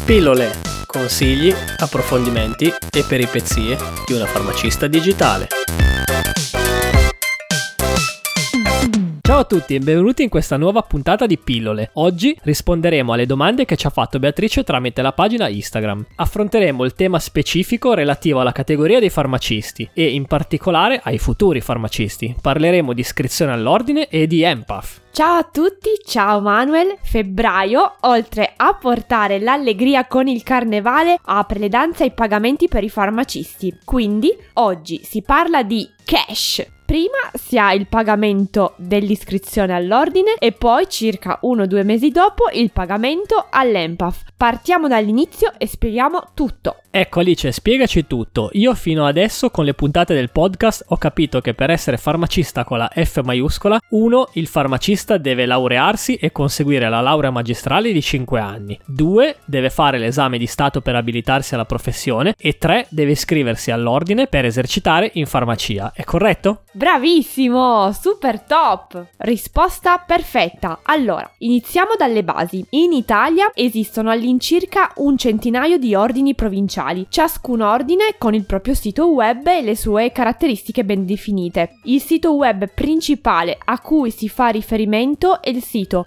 Pillole, consigli, approfondimenti e peripezie di una farmacista digitale. Ciao a tutti e benvenuti in questa nuova puntata di Pillole. Oggi risponderemo alle domande che ci ha fatto Beatrice tramite la pagina Instagram. Affronteremo il tema specifico relativo alla categoria dei farmacisti e in particolare ai futuri farmacisti. Parleremo di iscrizione all'ordine e di EMPAF. Ciao a tutti, ciao Manuel. Febbraio, oltre a portare l'allegria con il carnevale, apre le danze ai pagamenti per i farmacisti. Quindi, oggi si parla di cash. Prima si ha il pagamento dell'iscrizione all'ordine e poi circa 1-2 mesi dopo il pagamento all'EMPAF. Partiamo dall'inizio e spieghiamo tutto. Ecco Alice, spiegaci tutto. Io fino adesso con le puntate del podcast ho capito che per essere farmacista con la F maiuscola, 1. Il farmacista deve laurearsi e conseguire la laurea magistrale di 5 anni. 2. Deve fare l'esame di stato per abilitarsi alla professione e 3. Deve iscriversi all'ordine per esercitare in farmacia. È corretto? Bravissimo, super top! Risposta perfetta. Allora, iniziamo dalle basi. In Italia esistono all'incirca 100 di ordini provinciali, ciascun ordine con il proprio sito web e le sue caratteristiche ben definite. Il sito web principale a cui si fa riferimento è il sito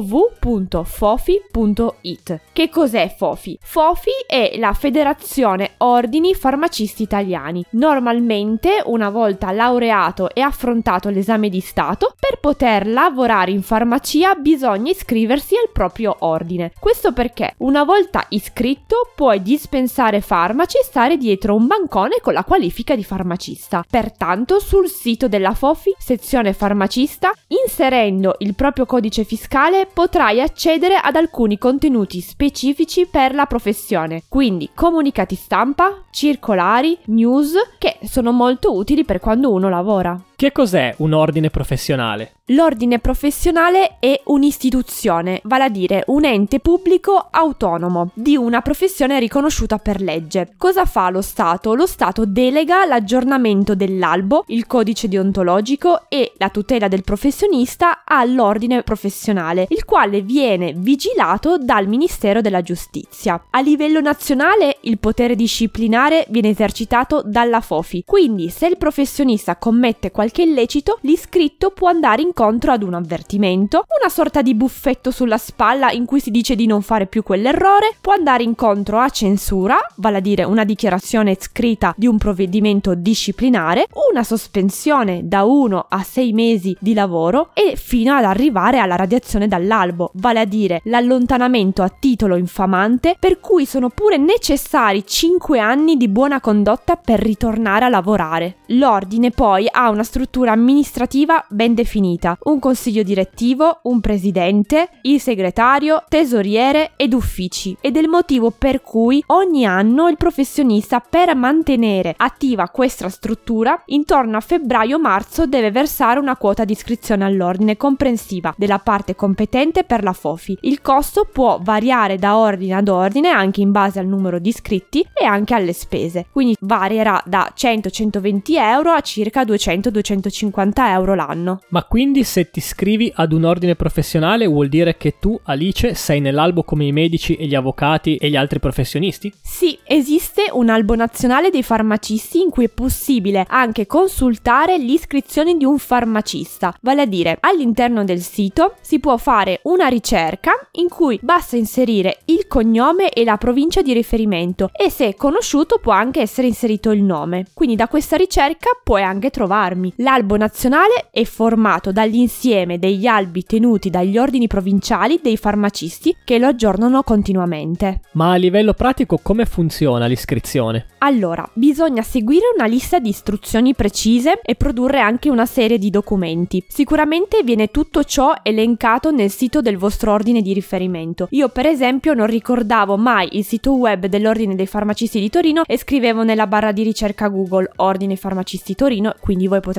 www.fofi.it. Che cos'è FOFI? FOFI è la Federazione Ordini Farmacisti Italiani. Normalmente, una volta laureato e affrontato l'esame di stato, per poter lavorare in farmacia bisogna iscriversi al proprio ordine. Questo perché una volta iscritto puoi dispensare farmaci e stare dietro un bancone con la qualifica di farmacista. Pertanto sul sito della FOFI, sezione farmacista, inserendo il proprio codice fiscale potrai accedere ad alcuni contenuti specifici per la professione, quindi comunicati stampa, circolari, news, che sono molto utili per quando uno lavora. Che cos'è un ordine professionale? L'ordine professionale è un'istituzione, vale a dire un ente pubblico autonomo di una professione riconosciuta per legge. Cosa fa lo Stato? Lo Stato delega l'aggiornamento dell'albo, il codice deontologico e la tutela del professionista all'ordine professionale, il quale viene vigilato dal Ministero della Giustizia. A livello nazionale il potere disciplinare viene esercitato dalla FOFI, quindi se il professionista commette qualche illecito, l'iscritto può andare incontro ad un avvertimento, una sorta di buffetto sulla spalla in cui si dice di non fare più quell'errore, può andare incontro a censura, vale a dire una dichiarazione scritta di un provvedimento disciplinare, una sospensione da 1 a 6 mesi di lavoro e fino ad arrivare alla radiazione dall'albo, vale a dire l'allontanamento a titolo infamante, per cui sono pure necessari 5 anni di buona condotta per ritornare a lavorare. L'ordine poi ha una struttura amministrativa ben definita, un consiglio direttivo, un presidente, il segretario, tesoriere ed uffici, ed è il motivo per cui ogni anno il professionista, per mantenere attiva questa struttura, intorno a febbraio-marzo deve versare una quota di iscrizione all'ordine comprensiva della parte competente per la FOFI. Il costo può variare da ordine ad ordine anche in base al numero di iscritti e anche alle spese, quindi varierà da 100-120 euro a circa 200-250 euro l'anno. Ma quindi se ti iscrivi ad un ordine professionale vuol dire che tu, Alice, sei nell'albo come i medici e gli avvocati e gli altri professionisti? Sì, esiste un albo nazionale dei farmacisti in cui è possibile anche consultare l'iscrizione di un farmacista, vale a dire all'interno del sito si può fare una ricerca in cui basta inserire il cognome e la provincia di riferimento e se è conosciuto può anche essere inserito il nome, quindi da questa ricerca puoi anche trovarmi. L'albo nazionale è formato dall'insieme degli albi tenuti dagli ordini provinciali dei farmacisti che lo aggiornano continuamente. Ma a livello pratico come funziona l'iscrizione? Allora, bisogna seguire una lista di istruzioni precise e produrre anche una serie di documenti. Sicuramente viene tutto ciò elencato nel sito del vostro ordine di riferimento. Io per esempio non ricordavo mai il sito web dell'ordine dei farmacisti di Torino e scrivevo nella barra di ricerca Google ordine farmacisti Torino, quindi voi potreste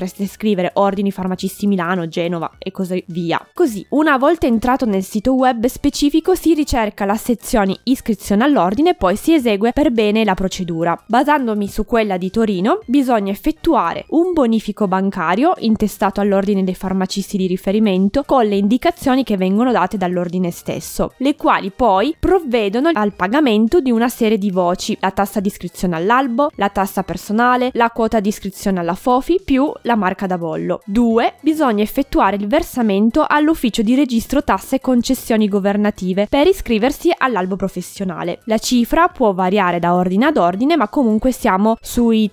potreste scrivere Ordini Farmacisti Milano, Genova e così via. Così, una volta entrato nel sito web specifico, si ricerca la sezione iscrizione all'ordine e poi si esegue per bene la procedura. Basandomi su quella di Torino, bisogna effettuare un bonifico bancario intestato all'ordine dei farmacisti di riferimento con le indicazioni che vengono date dall'ordine stesso, le quali poi provvedono al pagamento di una serie di voci: la tassa di iscrizione all'albo, la tassa personale, la quota di iscrizione alla FOFI più la marca da bollo. 2. Bisogna effettuare il versamento all'ufficio di registro tasse e concessioni governative per iscriversi all'albo professionale. La cifra può variare da ordine ad ordine, ma comunque siamo sui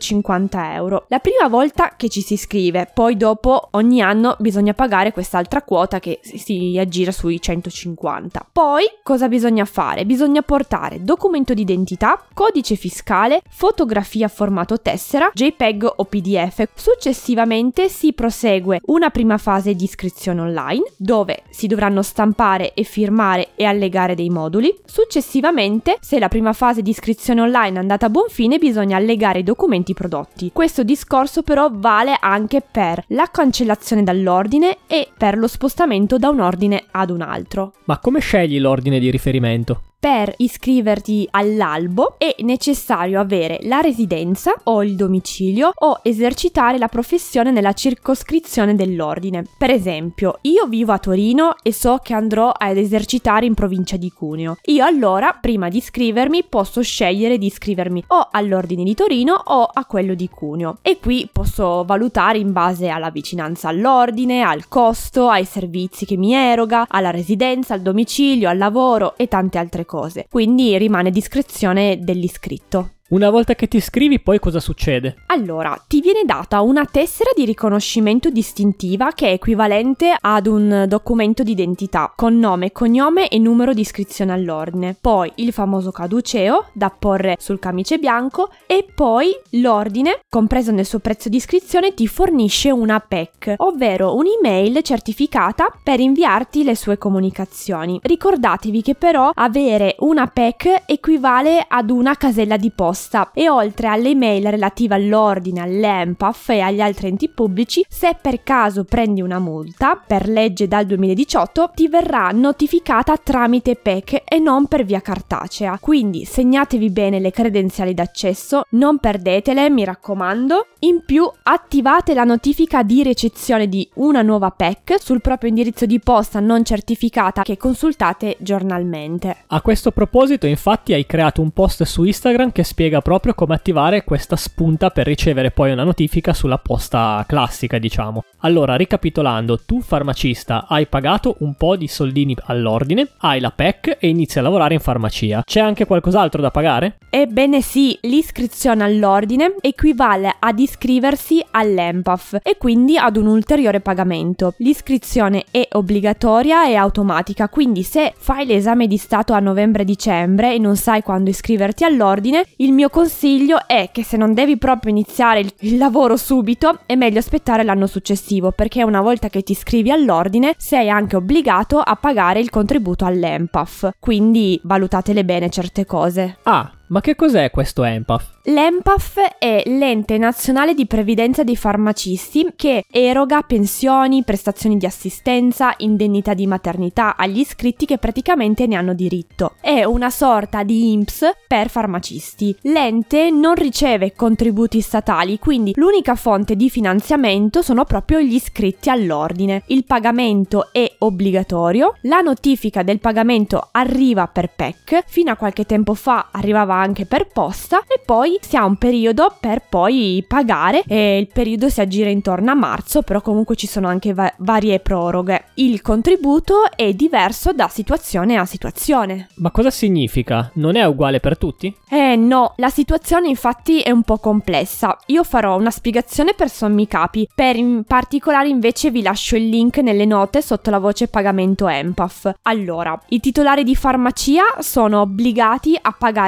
350 euro. La prima volta che ci si iscrive, poi dopo ogni anno bisogna pagare quest'altra quota che si aggira sui 150. Poi cosa bisogna fare? Bisogna portare documento d'identità, codice fiscale, fotografia formato tessera, JPEG o PDF. Successivamente si prosegue una prima fase di iscrizione online, dove si dovranno stampare e firmare e allegare dei moduli. Successivamente, se la prima fase di iscrizione online è andata a buon fine, bisogna allegare i documenti prodotti. Questo discorso però vale anche per la cancellazione dall'ordine e per lo spostamento da un ordine ad un altro. Ma come scegli l'ordine di riferimento? Per iscriverti all'albo è necessario avere la residenza o il domicilio o esercitare la professione nella circoscrizione dell'ordine. Per esempio, io vivo a Torino e so che andrò ad esercitare in provincia di Cuneo. Io allora, prima di iscrivermi, posso scegliere di iscrivermi o all'ordine di Torino o a quello di Cuneo. E qui posso valutare in base alla vicinanza all'ordine, al costo, ai servizi che mi eroga, alla residenza, al domicilio, al lavoro e tante altre cose. Quindi rimane discrezione dell'iscritto. Una volta che ti iscrivi, poi cosa succede? Allora, ti viene data una tessera di riconoscimento distintiva che è equivalente ad un documento d'identità con nome, cognome e numero di iscrizione all'ordine. Poi il famoso caduceo da apporre sul camice bianco e poi l'ordine, compreso nel suo prezzo di iscrizione, ti fornisce una PEC, ovvero un'email certificata per inviarti le sue comunicazioni. Ricordatevi che però avere una PEC equivale ad una casella di posta e oltre alle email relative all'ordine, all'ENPAF e agli altri enti pubblici, se per caso prendi una multa, per legge dal 2018, ti verrà notificata tramite PEC e non per via cartacea. Quindi segnatevi bene le credenziali d'accesso, non perdetele, mi raccomando. In più attivate la notifica di ricezione di una nuova PEC sul proprio indirizzo di posta non certificata che consultate giornalmente. A questo proposito, infatti, hai creato un post su Instagram che spiega proprio come attivare questa spunta per ricevere poi una notifica sulla posta classica, diciamo. Allora, ricapitolando, tu farmacista hai pagato un po' di soldini all'ordine, hai la PEC e inizi a lavorare in farmacia. C'è anche qualcos'altro da pagare? Ebbene sì, l'iscrizione all'ordine equivale ad iscriversi all'ENPAF e quindi ad un ulteriore pagamento. L'iscrizione è obbligatoria e automatica, quindi se fai l'esame di Stato a novembre-dicembre e non sai quando iscriverti all'ordine, il mio consiglio è che se non devi proprio iniziare il lavoro subito, è meglio aspettare l'anno successivo, perché una volta che ti iscrivi all'ordine sei anche obbligato a pagare il contributo all'ENPAF, quindi valutatele bene certe cose. Ah, ma che cos'è questo ENPAF? L'ENPAF è l'ente nazionale di previdenza dei farmacisti che eroga pensioni, prestazioni di assistenza, indennità di maternità agli iscritti che praticamente ne hanno diritto. È una sorta di INPS per farmacisti. L'ente non riceve contributi statali, quindi l'unica fonte di finanziamento sono proprio gli iscritti all'ordine. Il pagamento è obbligatorio, la notifica del pagamento arriva per PEC, fino a qualche tempo fa arrivava anche per posta e poi si ha un periodo per poi pagare e il periodo si aggira intorno a marzo, però comunque ci sono anche varie proroghe. Il contributo è diverso da situazione a situazione. Ma cosa significa? Non è uguale per tutti? No, la situazione infatti è un po' complessa. Io farò una spiegazione per sommi capi, per in particolare invece vi lascio il link nelle note sotto la voce pagamento ENPAF. Allora, i titolari di farmacia sono obbligati a pagare il contributo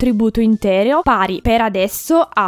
contributo intero pari per adesso a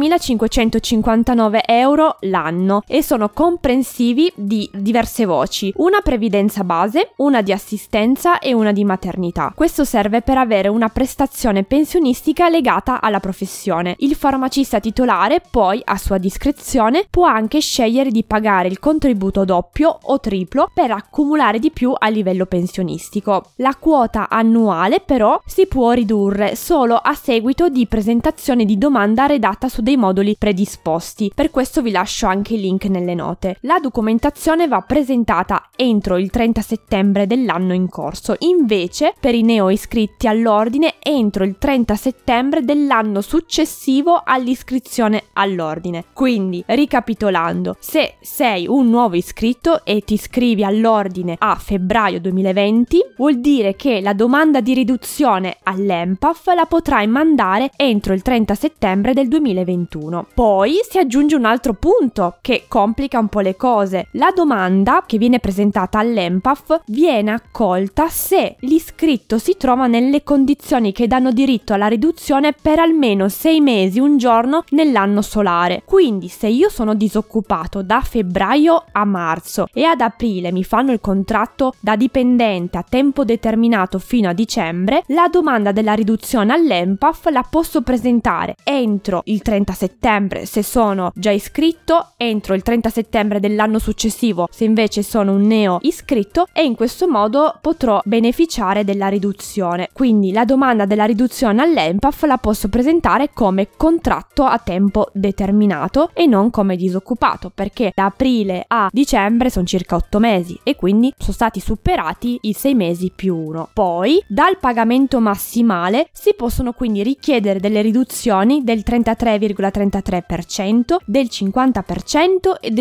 4.559 euro l'anno e sono comprensivi di diverse voci, una previdenza base, una di assistenza e una di maternità. Questo serve per avere una prestazione pensionistica legata alla professione. Il farmacista titolare poi, a sua discrezione, può anche scegliere di pagare il contributo doppio o triplo per accumulare di più a livello pensionistico. La quota annuale però si può ridurre solo a seguito di presentazione di domanda redatta su dei moduli predisposti. Per questo vi lascio anche il link nelle note. La documentazione va presentata entro il 30 settembre dell'anno in corso, invece per i neo iscritti all'ordine entro il 30 settembre dell'anno successivo all'iscrizione all'ordine. Quindi, ricapitolando, se sei un nuovo iscritto e ti iscrivi all'ordine a febbraio 2020, vuol dire che la domanda di riduzione all'ENPAF la potrai mandare entro il 30 settembre del 2021. Poi si aggiunge un altro punto che complica un po' le cose. La domanda che viene presentata all'ENPAF viene accolta se l'iscritto si trova nelle condizioni che danno diritto alla riduzione per almeno 6 mesi, un giorno nell'anno solare. Quindi se io sono disoccupato da febbraio a marzo e ad aprile mi fanno il contratto da dipendente a tempo determinato fino a dicembre, la domanda della riduzione all'ENPAF la posso presentare entro il 30 settembre se sono già iscritto, entro il 30 settembre dell'anno successivo se invece sono un neo iscritto, e in questo modo potrò beneficiare della riduzione. Quindi la domanda della riduzione all'ENPAF la posso presentare come contratto a tempo determinato e non come disoccupato, perché da aprile a dicembre sono circa 8 mesi e quindi sono stati superati i 6 mesi più 1. Poi dal pagamento massimale si possono quindi richiedere delle riduzioni del 33,33%, del 50% e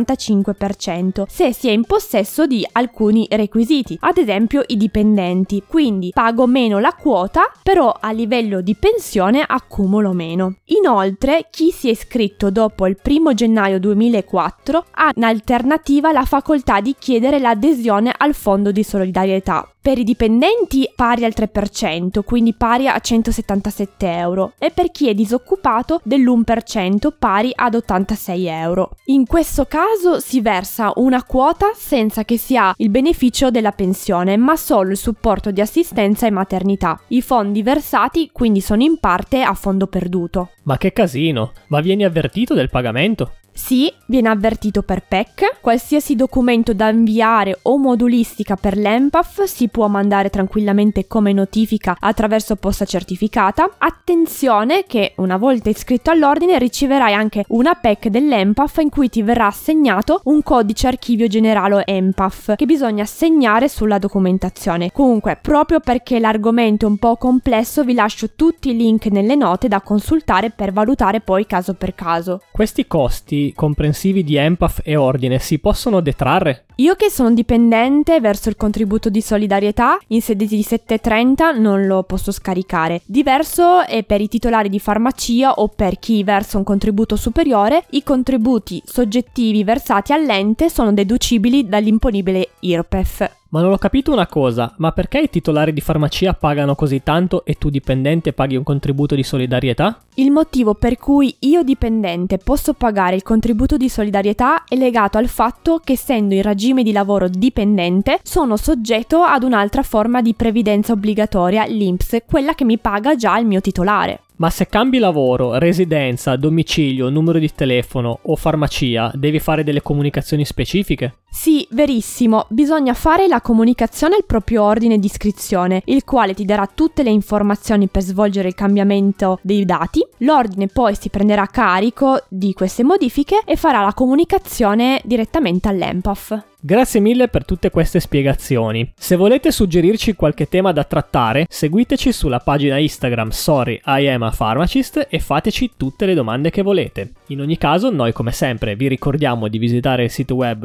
dell'85% se si è in possesso di alcuni requisiti, ad esempio i dipendenti. Quindi pago meno la quota, però a livello di pensione accumulo meno. Inoltre, chi si è iscritto dopo il 1 gennaio 2004 ha in alternativa la facoltà di chiedere l'adesione al fondo di solidarietà. Per i dipendenti pari al 3%, quindi pari a 177 euro, e per chi è disoccupato dell'1% pari ad 86 euro. In questo caso si versa una quota senza che si ha il beneficio della pensione, ma solo il supporto di assistenza e maternità. I fondi versati quindi sono in parte a fondo perduto. Ma che casino! Ma vieni avvertito del pagamento? Sì, viene avvertito per PEC. Qualsiasi documento da inviare o modulistica per l'ENPAF si può mandare tranquillamente come notifica attraverso posta certificata. Attenzione che una volta iscritto all'ordine riceverai anche una PEC dell'ENPAF in cui ti verrà assegnato un codice archivio generale ENPAF che bisogna assegnare sulla documentazione. Comunque, proprio perché l'argomento è un po' complesso, vi lascio tutti i link nelle note da consultare per valutare poi caso per caso. Questi costi comprensivi di ENPAF e ordine si possono detrarre? Io che sono dipendente verso il contributo di solidarietà in sede di 730 non lo posso scaricare. Diverso è per i titolari di farmacia o per chi versa un contributo superiore. I contributi soggettivi versati all'ente sono deducibili dall'imponibile IRPEF. Ma non ho capito una cosa, ma perché i titolari di farmacia pagano così tanto e tu dipendente paghi un contributo di solidarietà? Il motivo per cui io dipendente posso pagare il contributo di solidarietà è legato al fatto che, essendo in regime di lavoro dipendente, sono soggetto ad un'altra forma di previdenza obbligatoria, l'INPS, quella che mi paga già il mio titolare. Ma se cambi lavoro, residenza, domicilio, numero di telefono o farmacia, devi fare delle comunicazioni specifiche? Sì, verissimo. Bisogna fare la comunicazione al proprio ordine di iscrizione, il quale ti darà tutte le informazioni per svolgere il cambiamento dei dati. L'ordine poi si prenderà carico di queste modifiche e farà la comunicazione direttamente all'ENPAF. Grazie mille per tutte queste spiegazioni. Se volete suggerirci qualche tema da trattare, seguiteci sulla pagina Instagram Sorry I am a Pharmacist e fateci tutte le domande che volete. In ogni caso, noi come sempre vi ricordiamo di visitare il sito web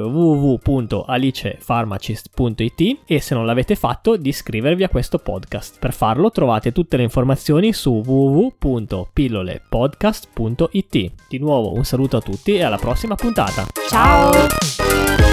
www.alicepharmacist.it e, se non l'avete fatto, di iscrivervi a questo podcast. Per farlo trovate tutte le informazioni su www.pillolepodcast.it. Di nuovo un saluto a tutti e alla prossima puntata. Ciao!